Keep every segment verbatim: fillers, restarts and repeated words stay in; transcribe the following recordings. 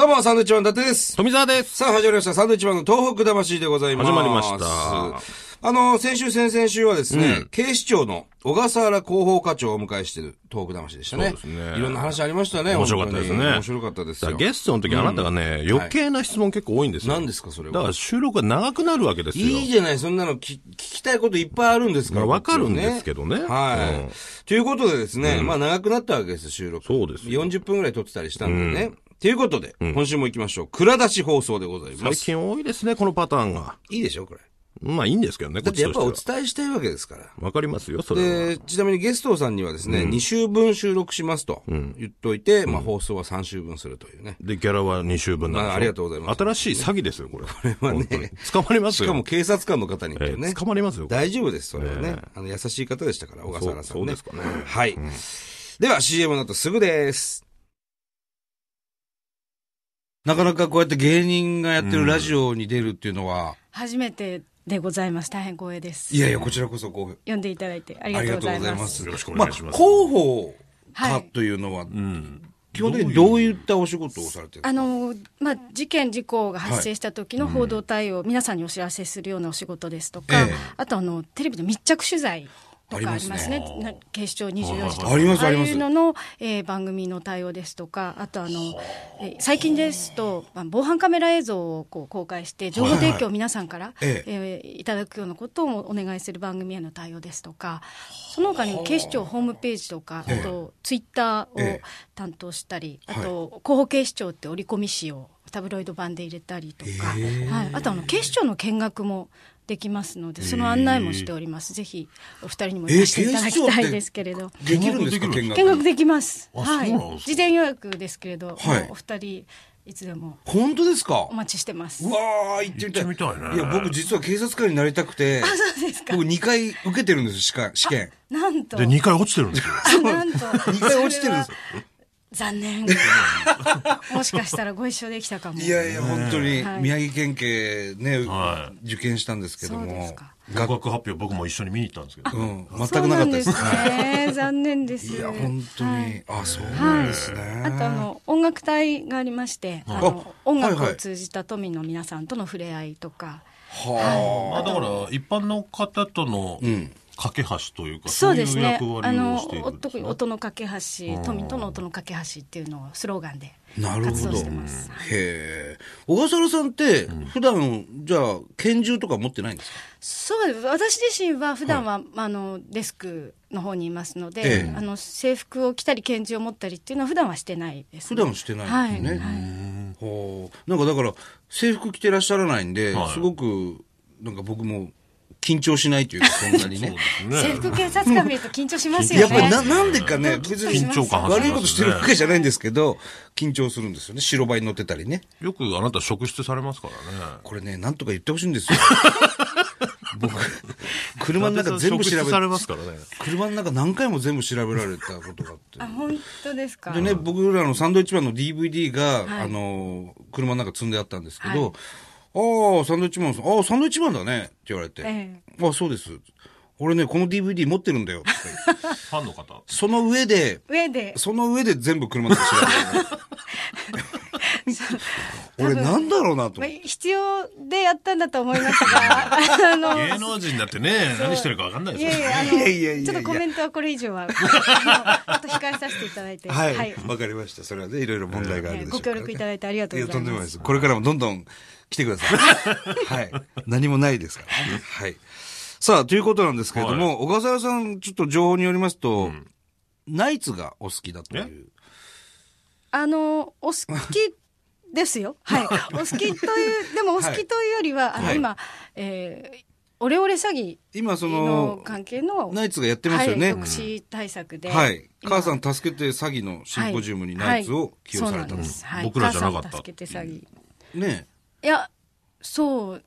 どうも、サンドウィッチマン伊達です。 富澤です。 さあ、始まりました。サンドウィッチマンの東北魂でございます。 始まりました。 あの、先週、先々週はですね、うん、警視庁の小笠原広報課長をお迎えしている東北魂でしたね。 そうですね。 いろんな話ありましたね。 面白かったですね。 面白かったですよ。 ゲストの時、うん、あなたがね、余計な質問結構多いんですよ。 何ですか、それは。 だから収録が長くなるわけですよ。 いいじゃない、そんなの聞きたいこといっぱいあるんですから。 わかるんですけどね。 はい、うん。ということでですね、うん、まあ長くなったわけです、収録。 そうですよ。 よんじゅっぷんぐらい撮ってたりしたんでね。うんということで、うん、今週も行きましょう。蔵出し放送でございます。 最近多いですね、このパターンが。 いいでしょ、これ。 まあいいんですけどね、 だってやっぱお伝えしたいわけですから。 わかりますよ、それは。 で、ちなみにゲストさんにはですね、うん、に週分収録しますと言っといて、うん、まあ放送はさん週分するというね。 で、ギャラはに週分なんでしょ。 まあ、ありがとうございます。 新しい詐欺ですよ、これ。 これはね。 捕まりますよ。 しかも警察官の方に言ってね、 えー。捕まりますよ。 大丈夫です、それはね。あの、優しい方でしたから、小笠原さんね。 そうですかね。 はい。うん、では シーエム の後すぐです。なかなかこうやって芸人がやってるラジオに出るっていうのは、うん、 初めてでございます。大変光栄です。 いやいや、こちらこそこう呼んでいただいてありがとうございます。 よろしくお願いします。 まあ、広報課というのは、はい、うん、基本的にどういったお仕事をされてるんですか？ あの、まあ、事件事故が発生した時の報道対応を皆さんにお知らせするようなお仕事ですとか、ええ、あとあのテレビの密着取材とかありますね。すね警視庁にじゅうよじとかありますあります。 ああいうのの、えー、番組の対応ですとか、あとあの、えー、最近ですと、まあ、防犯カメラ映像をこう公開して情報提供を皆さんから、はいはいえー、いただくようなことをお願いする番組への対応ですとか、その他に警視庁ホームページとか、あとツイッターを担当したり、あと広報警視庁って折り込み紙をタブロイド版で入れたりとか、はい、あとあの警視庁の見学もできますので、その案内もしております。ぜひお二人にもいらしていただきたいですけれど。 できるんですか？見学。 見学できます。はい。事前予約ですけれど、はい、お二人いつでも。 本当ですか？ お待ちしてます。 うわー、行ってみたい。 行ってみたいね。 いや、僕実は警察官になりたくて。 あ、そうですか。 僕にかい受けてるんです、試験。試験。 なんと。 で、にかい落ちてるんですよ。 なんと。 にかい落ちてるんですよ。 残念。もしかしたらご一緒できたかも。 いやいや、本当に、宮城県警ね、はい、受験したんですけども。そうですか。 合格発表僕も一緒に見に行ったんですけど。 うん。全くなかったです。 ね。残念です。 いや、本当に。はい、あ、そうなんですね。 はい、あと、あの、音楽隊がありまして、あの、音楽を通じた都民の皆さんとの触れ合いとか。 はあ。だから、一般の方との、うん架け橋というか、そういう役割をしているんですね。 特に音の架け橋、都民との音の架け橋っていうのをスローガンで活動してます。 なるほど。へえ。小笠原さんって、普段、じゃあ、拳銃とか持ってないんですか？ そうです。私自身は普段は、はい、あの、デスクの方にいますので、ええ、あの、制服を着たり拳銃を持ったりっていうのは普段はしてないです、ね。 普段はしてないんですね。はいはい、ほう。なんかだから、制服着てらっしゃらないんで、はい、すごく、なんか僕も、緊張しないというか、そんなにね。 制服警察官見ると緊張しますよね。 やっぱりな、なんでかね、別に緊張感悪いことしてるわけじゃないんですけど、緊張するんですよね。白バイに乗ってたりね。 よくあなた職質されますからね。 これね、なんとか言ってほしいんですよ。僕、車の中全部調べされますからね。 車の中何回も全部調べられたことがあって。 あ、本当ですか。 でね、僕らのサンドウィッチマンの ディーブイディー が、はい、あの、車の中積んであったんですけど、はいああ、サンドウィッチマンさん。ああ、サンドウィッチマンだね。って言われて。ええ、ああ、そうです。俺ね、この ディーブイディー 持ってるんだよ。 ファンの方その上で、 上で、 その上で全部車の中調べられる。俺なんだろうなと思って。 必要でやったんだと思いますが、 あの芸能人だってね、何してるか分かんないですよね。 いやいやいやちょっとコメントはこれ以上は、ちょっと控えさせていただいて。 はい。わ、はい、かりました。それはね、いろいろ問題があるでしょうから、ね。 ご協力いただいてありがとうございます。いや、とんでもないです。 これからもどんどん来てください。はい。何もないですからね。はい。さあ、ということなんですけれども、はい、小笠原さん、ちょっと情報によりますと、うん、ナイツがお好きだという。 あの、お好きですよ。はい。お好きという、でもお好きというよりは、はい、あの、今、はい、えー、オレオレ詐欺今その関係のナイツがやってますよね。 はい、抑止対策で。 はい。母さん助けて詐欺のシンポジウムにナイツを起用されたんです。 僕らじゃなかった。 母さん助けて詐欺。 ねえ。いや、そう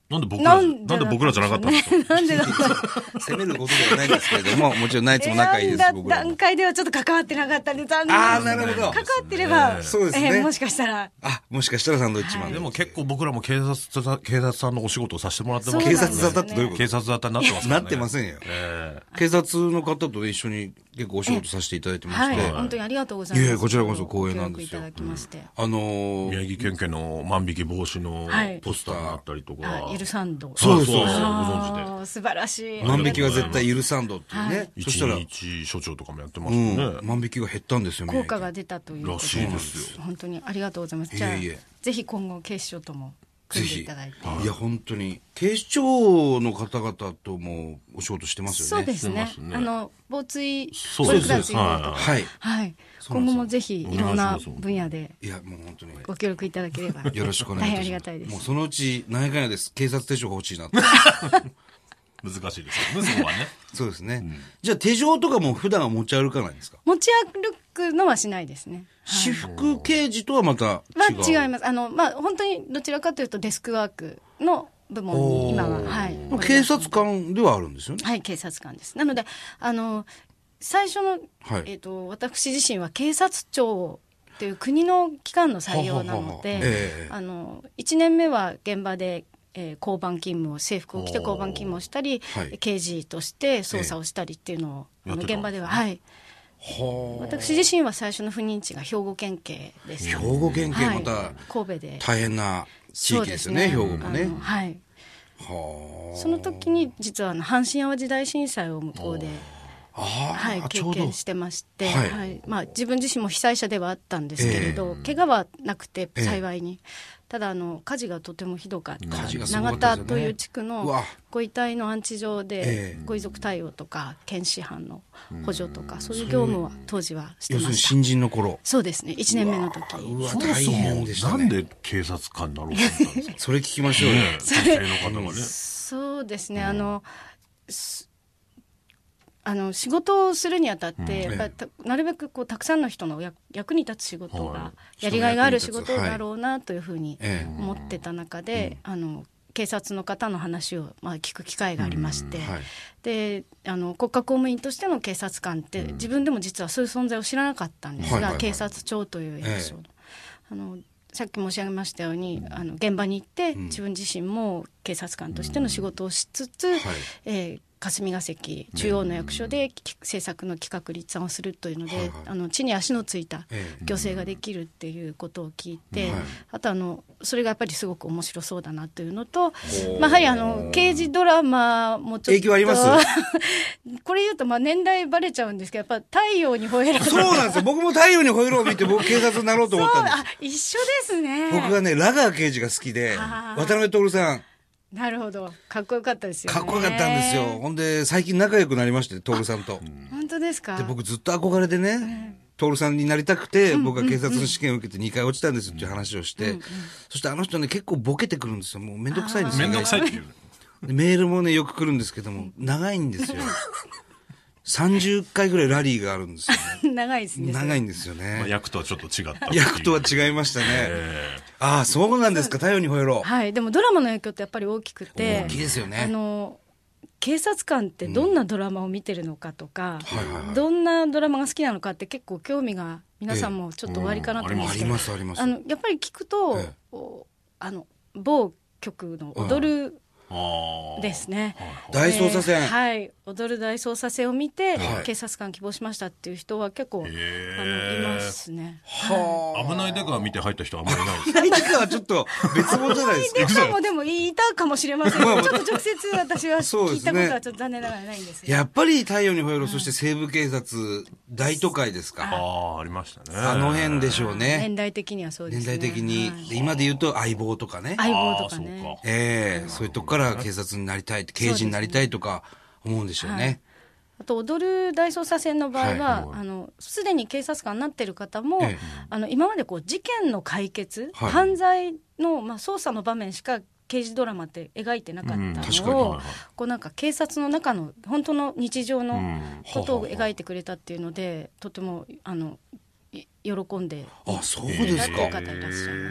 なんで僕ら、なんで僕らじゃなかったんですか。 なんでだ責めることではないんですけれども、もちろんナイツも仲いいです。 僕ら段階ではちょっと関わってなかったんで残念。 ああ、なるほど。 関わってれば、 そうですね。 もしかしたら。 あ、もしかしたらサンドイッチマン。 でも結構僕らも警察、警察さんのお仕事をさせてもらってます。 警察沙汰ってどういうこと？ 警察沙汰になってますなってませんよ。警察の方と一緒に結構お仕事させていただいてまして。 本当にありがとうございます。 いやこちらこそ光栄なんですよ。 あの、宮城県警の万引き防止のポスターがあったりとか。 ゆるサンド。 そうそうそう、ご存知で。素晴らしい。 万引きは絶対許さんどっていうね。 そしたら一所長とかもやってますね。 万引きが減ったんですよね。 効果が出たということらしいですよ。 本当にありがとうございます。じゃあぜひ今後警視庁とも組んでいただいて。 いや本当に警視庁の方々ともお仕事してますよね。 そうですね。あの防水ボルクラン水門とかはいはい今後もぜひいろんな分野でいやもう本当にご協力いただければよろしくお願いします。大変ありがたいです。 もうそのうち何やかんやです。警察手帳が欲しいなって。 難しいですよね。そこはね。 そうですね。じゃあ手錠とかも普段は持ち歩かないんですか？ 持ち歩くのはしないですね。 私服刑事とはまた違う。 は違います。あのまあ本当にどちらかというとデスクワークの部門に今ははい。 警察官ではあるんですよね。 はい、警察官です。なのであの最初のえっと私自身は警察庁という国の機関の採用なので、あのいちねんめは現場でえー、交番勤務を制服を着て交番勤務をしたり、はい、刑事として捜査をしたりっていうのを、えー、あの現場でははい私自身は最初の赴任地が兵庫県警です、 ね、兵庫県警また、はい、 神戸で大変な地域ですよね、兵庫もねはいはその時に実はあの阪神・淡路大震災を向こうではい、経験してまして、はいはいまあ、自分自身も被災者ではあったんですけれど、えー、怪我はなくて幸いに、えー、ただあの火事がとてもひどかった、ね、長田という地区のご遺体の安置所でご遺族対応とか検視班の補助とか、えー、そういう業務は当時はしてました。要するに新人の頃。 そうですね、いちねんめの時。 うわ、大変でしたね。 なんで警察官になろうと思ったんですか？ それ聞きましょうよ、ね、 女性の方がね。そうですね、あのあの仕事をするにあたって、うん、やっぱなるべくこうたくさんの人の役、役に立つ仕事が、はい、やりがいがある仕事だろうなというふうに思ってた中で、はい、あの警察の方の話を、まあ、聞く機会がありまして、うんはい、であの国家公務員としての警察官って、うん、自分でも実はそういう存在を知らなかったんですが、はいはいはい、警察庁という役所の、ええ、あのさっき申し上げましたように、あの現場に行って、うん、自分自身も警察官としての仕事をしつつ、うんはいえー霞が関中央の役所で政策の企画立案をするというので、はいはい、あの地に足のついた行政ができるっていうことを聞いて、はい、あとあのそれがやっぱりすごく面白そうだなというのと、まあ、やはりあの刑事ドラマもちょっと影響ありますこれ言うとまあ年代バレちゃうんですけど、やっぱ太陽に吠えろ。 そうなんですよ。僕も太陽に吠えろを見て僕警察になろうと思ったんです。 あ、一緒ですね。 僕がねラガー刑事が好きで、渡辺徹さんなるほど、かっこよかったですよね。 かっこよかったんですよ。ほんで最近仲良くなりまして、徹さんと。 本当ですか？ で僕ずっと憧れでね、徹、うん、さんになりたくて、うん、僕は警察の試験を受けてにかい落ちたんですっていう話をして、うんうん、そしてあの人ね結構ボケてくるんですよ。もうめんどくさいんですよ、ね。 めんどくさいっていう。 メールもねよく来るんですけども長いんですよ。さんじゅっかいぐらいラリーがあるんですよね。 長いですね。 長いんですよね。 まあ、役とはちょっと違った。 役とは違いましたね。ああ、そうなんですか。太陽に吠えろ。 はい。でもドラマの影響ってやっぱり大きくて。 大きいですよね。 あの、警察官ってどんなドラマを見てるのかとか、うん、どんなドラマが好きなのかって結構興味が皆さんもちょっとおありかなと思うんですけど、 ありますあります。 あの、やっぱり聞くと、ええ、あの、某局の踊る、ですね、 大捜査線、 えー、はい踊る大捜査線を見て、はい、警察官希望しましたっていう人は結構、あのいますね。 はあ、危ないデカ見て入った人はあんまりいないです。危ないデカはちょっと別物じゃないですか。 危ないデカもでもいたかもしれませんけど、ちょっと直接私は聞いたことはちょっと残念ながらないんですけど、 やっぱり太陽に吠えろ、そして西部警察大都会ですか。 ああ、ありましたね。 あの辺でしょうね。 年代的にはそうですね。 年代的に、はい、で今で言うと相棒とかね。 相棒とかね。 ええー、そういうとこから警察になりたい、刑事になりたいとか思うんでしょうね。はい、 あと踊る大捜査線の場合は、はい、あのすでに警察官になっている方も、ええ、あの今までこう事件の解決、はい、犯罪の、まあ、捜査の場面しか刑事ドラマって描いてなかったのを、うん、こうなんか警察の中の本当の日常のことを描いてくれたっていうので、とてもあの喜んであ、そうですか。 方いらっしゃいます。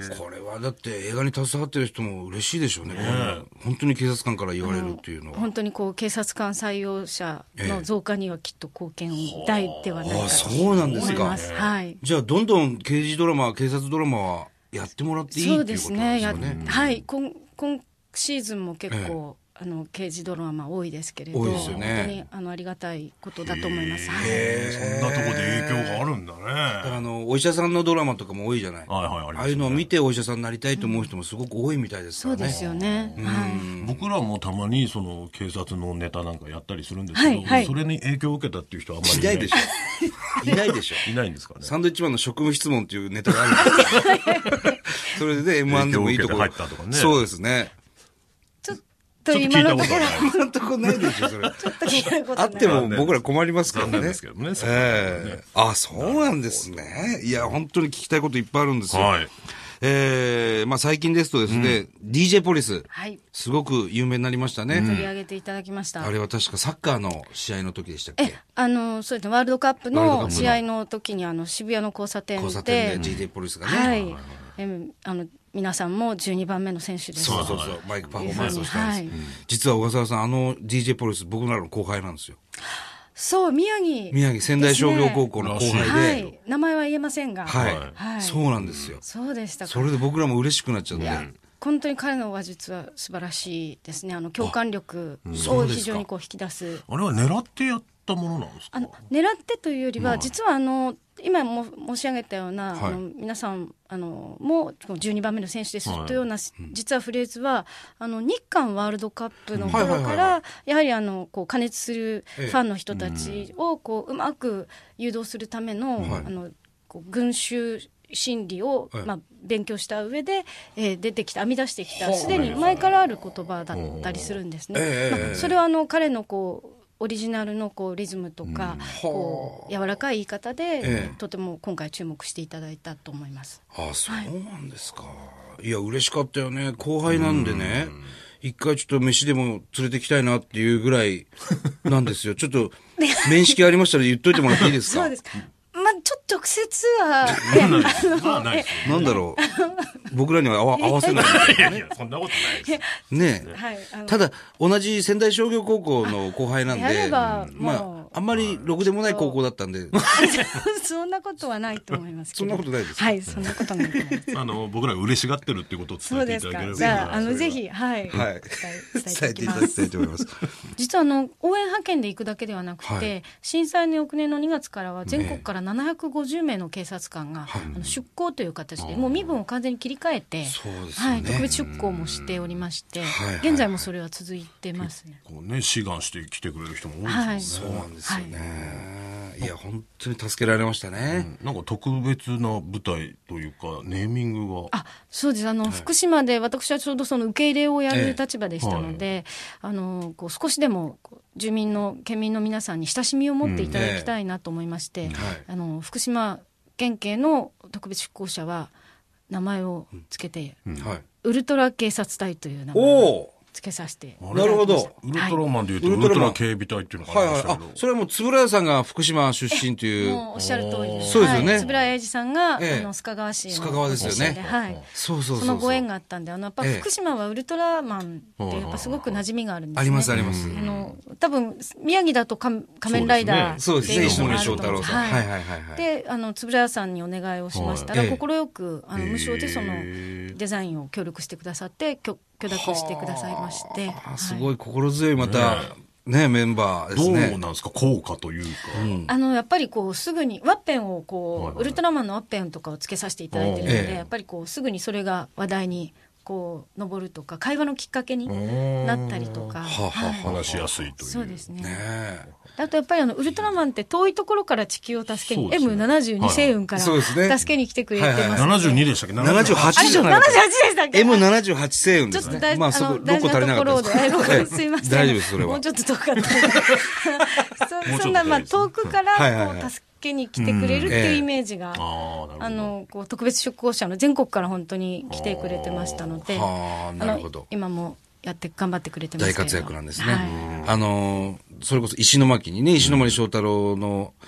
これはだって映画に携わってる人も嬉しいでしょうね。本当に警察官から言われるっていうのは。 本当にこう警察官採用者の増加にはきっと貢献大ではないかと思います。 あ、そうなんですか。 はい。 じゃあどんどん刑事ドラマ、警察ドラマはやってもらっていいっていうことですよね。 そうですね。はい。今今シーズンも結構、ええ、あの刑事ドラマ多いですけれど、 多いですよね、 本当にあのありがたいことだと思います。 へー、そんなところで影響があるんだね。だからあのお医者さんのドラマとかも多いじゃない。はいはい、ありますね。ああいうのを見てお医者さんになりたいと思う人もすごく多いみたいですからね。 そうですよね。はい、 僕らもたまにその警察のネタなんかやったりするんですけど、はいはい、それに影響を受けたっていう人はあんまりいない。いないでしょ。いないでしょ。 いないんですかね。 サンドイッチマンの職務質問っていうネタがあるんですよ。それで エムワン でもいいところ。 入ったとかね。 そうですね。 ちょっと今のところ今のところないでしょそれ。 ちょっと聞いたことない。 あっても僕ら困りますからね。 ですけどね。 ええー、あ、そうなんですね。いや本当に聞きたいこといっぱいあるんですよ。はい。えー、まあ最近ですとですね、うん、ディージェー ポリス、はい、すごく有名になりましたね。 取り上げていただきました。 あれは確かサッカーの試合の時でしたっけ？ え、あのそうですね、ワールドカップの試合の時にあの渋谷の交差点で、 交差点で ディージェー ポリスがね。 はい。えあの皆さんもじゅうにばんめの選手です。 そうそうそう、マイクパフォーマンスをしたんです。はい、実は小笠原さん、あの ディージェー ポリス、僕らの後輩なんですよ。 そう、宮城、ね。 宮城仙台商業高校の後輩で。はい。 名前は言えませんが。 はい。はい、そうなんですよ。 そうでしたか。 それで僕らも嬉しくなっちゃって。 本当に彼の話術は素晴らしいですね。あの共感力を非常にこう引き出す。 あれは狙ってやったものなんですか？ あの狙ってというよりは、実はあの今も申し上げたような、はい、あの皆さんあのもうじゅうにばんめの選手ですというような、はい、実はフレーズはあの日韓ワールドカップの頃からやはりあのこう加熱するファンの人たちをこううまく誘導するための、はい、あのこう群衆心理を、はい、まあ、勉強した上で、えー、出てきた編み出してきたすでに前からある言葉だったりするんですね。まあ、それはあの彼のこうオリジナルのこうリズムとか、うん、こう柔らかい言い方で、ええ、とても今回注目していただいたと思います。 ああ、そうなんですか。はい、いや嬉しかったよね。後輩なんでね、一回ちょっと飯でも連れてきたいなっていうぐらいなんですよ。ちょっと面識ありましたら言っといてもらっていいですか？ そうですか。まあ、ちょっと直接は、 ね、なんだろう、僕らには合わ、合わせないみたいなね。 いやいや、そんなことないです。 ねえ、はい、ただ同じ仙台商業高校の後輩なんで、まああんまりろくでもない高校だったんで、 そんなことはないと思いますけど。 そんなことないです。 はい、そんなことないと思います。 あの僕らが嬉しがってるっていうことを伝えていただければ。 じゃあ、あのぜひ、はい、 はい、伝えていただきたいと思います。 実はあの応援派遣で行くだけではなくて、震災の翌年のにがつからは全国からななひゃくごじゅうめいの警察官が、はい、あの出向という形でもう身分を完全に切り替えて、はい、特別出向もしておりまして、はいはい、現在もそれは続いてますね。 こうね、志願して来てくれる人も多いですよね。 はい、そうなんですよね。はい、いや本当に助けられましたね。 うん、なんか特別な舞台というかネーミングが。 あ、そうです。あの、はい、福島で私はちょうどその受け入れをやる立場でしたので、ええ、はい、あのこう少しでも住民の県民の皆さんに親しみを持っていただきたいなと思いまして、うん、ええ、あの福島県警の特別出向者は名前をつけて、うん、はい、ウルトラ警察隊という名前をつけさせていただきました。 なるほど。 ウルトラマンでいうと、はい、ウルトラ警備隊っていうのがありましたけど、はいはい、 あ、それはもう円谷さんが福島出身という。 もうおっしゃる通りです。 そうですよね。 円谷英二さんが、ええ、あの須賀川市の須賀川ですよね。 はい。 そうそうそうそう。 そのご縁があったんで、あのやっぱ福島はウルトラマンってやっぱすごく馴染みがあるんですね。 ありますあります。 あの多分宮城だと仮面ライダーそうですね。石森章太郎さん。はいはいはいはい。 で、あの円谷さんにお願いをしましたら、快くあの無償でそのデザインを協力してくださって。許諾してくださいまして、 はあ、すごい心強いまた、ねね、メンバーですね。 どうなんですか、効果というか、 うん、あのやっぱりこうすぐにワッペンをこう、はいはい、ウルトラマンのワッペンとかをつけさせていただいているので、やっぱりこうすぐにそれが話題にこう上るとか会話のきっかけになったりとか、 はははい、話しやすいという。 そうですね。 ね、 あとやっぱりあのウルトラマンって遠いところから地球を助けに、ね、エムななじゅうに 星雲から助けに来てくれてます、ね、はいはい、 ななじゅうにでしたっけ？ ななじゅうはちじゃないか。 ななじゅうはちでしたっけ？ エムななじゅうはち 星雲ですね。 ちょっと、 まあ、そころっこ足りなかったです。 すいません。 大丈夫です、それは。 もうちょっと遠かったそ, そんなまあ遠くからこう助けに来てくれるっていうイメージが、うん、あ, あのこう特別出向者の全国から本当に来てくれてましたので、 ああ、なるほど。 今もやって頑張ってくれてますけど。 大活躍なんですね。はい、あのそれこそ石巻にね、石森章太郎の、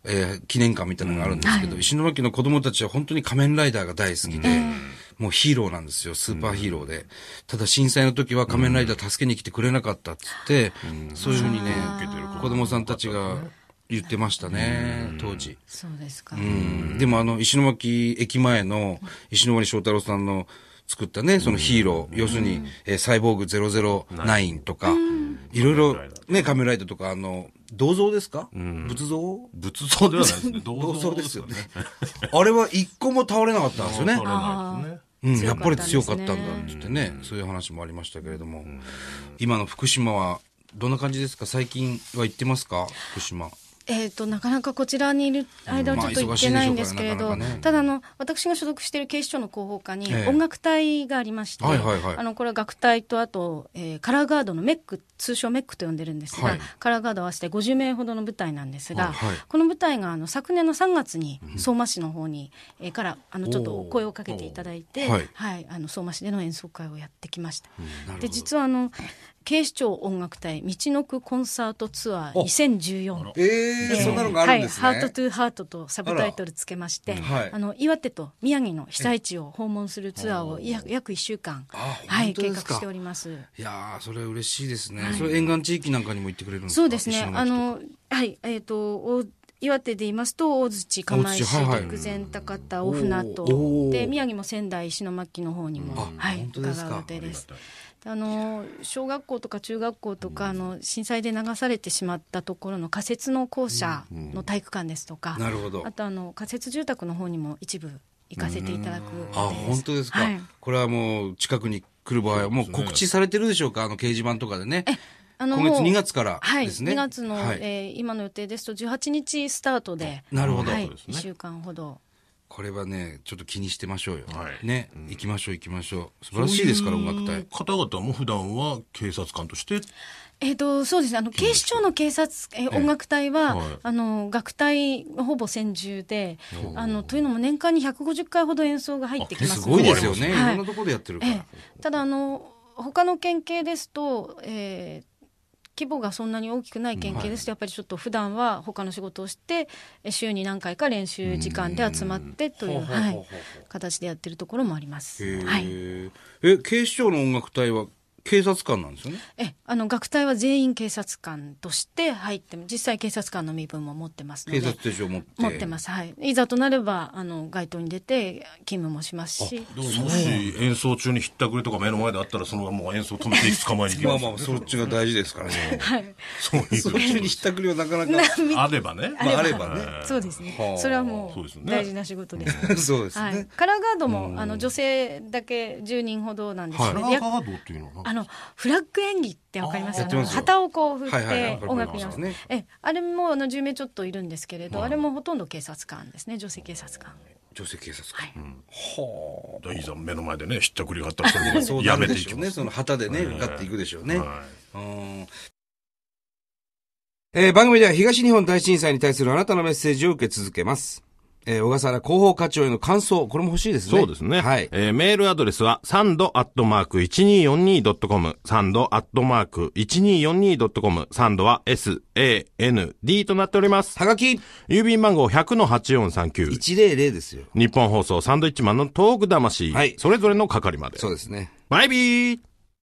えー、記念館みたいなのがあるんですけど、うん、石巻の子供たちは本当に仮面ライダーが大好きで、うん、もうヒーローなんですよ、スーパーヒーローで。うん、ただ震災の時は仮面ライダー助けに来てくれなかったっつって、うん、そういうふうにね、子供さんたちが言ってましたね、当時。 そうですか。 うん。でもあの、石巻駅前の石森章太郎さんの作ったね、そのヒーロー、うん、要するに、えー、サイボーグゼロゼロナインとか、いろいろね、仮面ライダーとか、あの、銅像ですか、うん、仏像仏像ではないですね。 銅像ですよね。あれは一個も倒れなかったんですよね。 倒れないですね。 うん、やっぱり強かったんだって言ってね、そういう話もありましたけれども、今の福島はどんな感じですか？最近は行ってますか？福島。 えっと、なかなかこちらにいる間はちょっと行ってないんですけれど、ただあの、私が所属している警視庁の広報課に音楽隊がありまして、あの、これは楽隊とあと、えー、カラーガードのメック、通称メックと呼んでるんですが、はい、カラーガードを合わせてごじゅうめいほどの部隊なんですが、はい、この部隊があの昨年のさんがつに相馬市の方に、えー、からあのちょっとお声をかけていただいて、はい、はい、あの相馬市での演奏会をやってきました。うん、で、実はあの、警視庁音楽隊道のくコンサートツアーにせんじゅうよん、 えーえー、そんなのがあるんですね。 はい、ハートトゥーハートとサブタイトルつけまして、あ、はい、あの岩手と宮城の被災地を訪問するツアーを約いっしゅうかん、はい、計画しております。 いやー、それは嬉しいですね。はい、それ沿岸地域なんかにも行ってくれるんですか？ そうですね。あの、はい、えっ、ー、と、岩手で言いますと大槌、釜石、陸前、高田、大船渡で、宮城も仙台、石巻の方にも、はい、伺う予定です。あの小学校とか中学校とか、あの震災で流されてしまったところの仮設の校舎の体育館ですとか、 なるほど。 あとあの仮設住宅の方にも一部行かせていただく予定です。 あ、本当ですか、はい、これはもう近くに来る場合はもう告知されてるでしょうか？あの掲示板とかでね。えあの今月にがつからですね。 はい、にがつの、はい、えー、今の予定ですとじゅうはちにちスタートで、 なるほど、 はい、いっしゅうかんほど。 これはね、ちょっと気にしてましょうよ。はい、ね、うん、行きましょう行きましょう。素晴らしいですから音楽隊。 方々も普段は警察官として。 えっと、そうですね。あの、警視庁の警察、え音楽隊は、はい、あの、楽隊ほぼ専従で、あの、というのも年間にひゃくごじゅっかいほど演奏が入ってきますので。 すごいですよね。はい、いろんなところでやってるから。ええ、ただ、あの、他の県警ですと、えー、規模がそんなに大きくない県警ですと、やっぱりちょっと普段は他の仕事をして週に何回か練習時間で集まってという、はい、形でやってるところもあります。はい、 え、警視庁の音楽隊は警察官なんですよね。 え、あの楽隊は全員警察官として入って実際警察官の身分も持ってますので。 警察手帳持って持ってます。はい。いざとなればあの街頭に出て勤務もしますし。 もし演奏中にひったくりとか目の前であったらそのままもう演奏止めて捕まえに行きます、ね。 まあまあそっちが大事ですからね。 はい。 そういうそっちにひったくりはなかなかあればね。 まあ、あればね。 そうですね。それはもう大事な仕事です。 そうですね。 はい。カラーガードもあの女性だけじゅうにんほどなんですけど、 カラーガードっていうのはあのフラッグ演技ってわかりますか？旗をこう振って音楽に合わせて、えあれもあのじゅうめいちょっといるんですけれど、あれもほとんど警察官ですね。女性警察官。 女性警察官。 はあ。いざ目の前でねひったくりがあったらそれやめていきますね。 その旗でね向かっていくでしょうね。えー、番組では東日本大震災に対するあなたのメッセージを受け続けます。えー、小笠原広報課長への感想、これも欲しいですね。 そうですね。はい。えー、メールアドレスは、サンドアットマーク いちにーよんにードットコム、サンドアットマーク いちにーよんにードットコム、サンドは エスエーエヌディー となっております。 はがき郵便番号 ひゃくのはちよんさんきゅう。 いちまるですよ。 日本放送サンドイッチマンのトーク魂。はい。それぞれの係まで。 そうですね。 バイビー。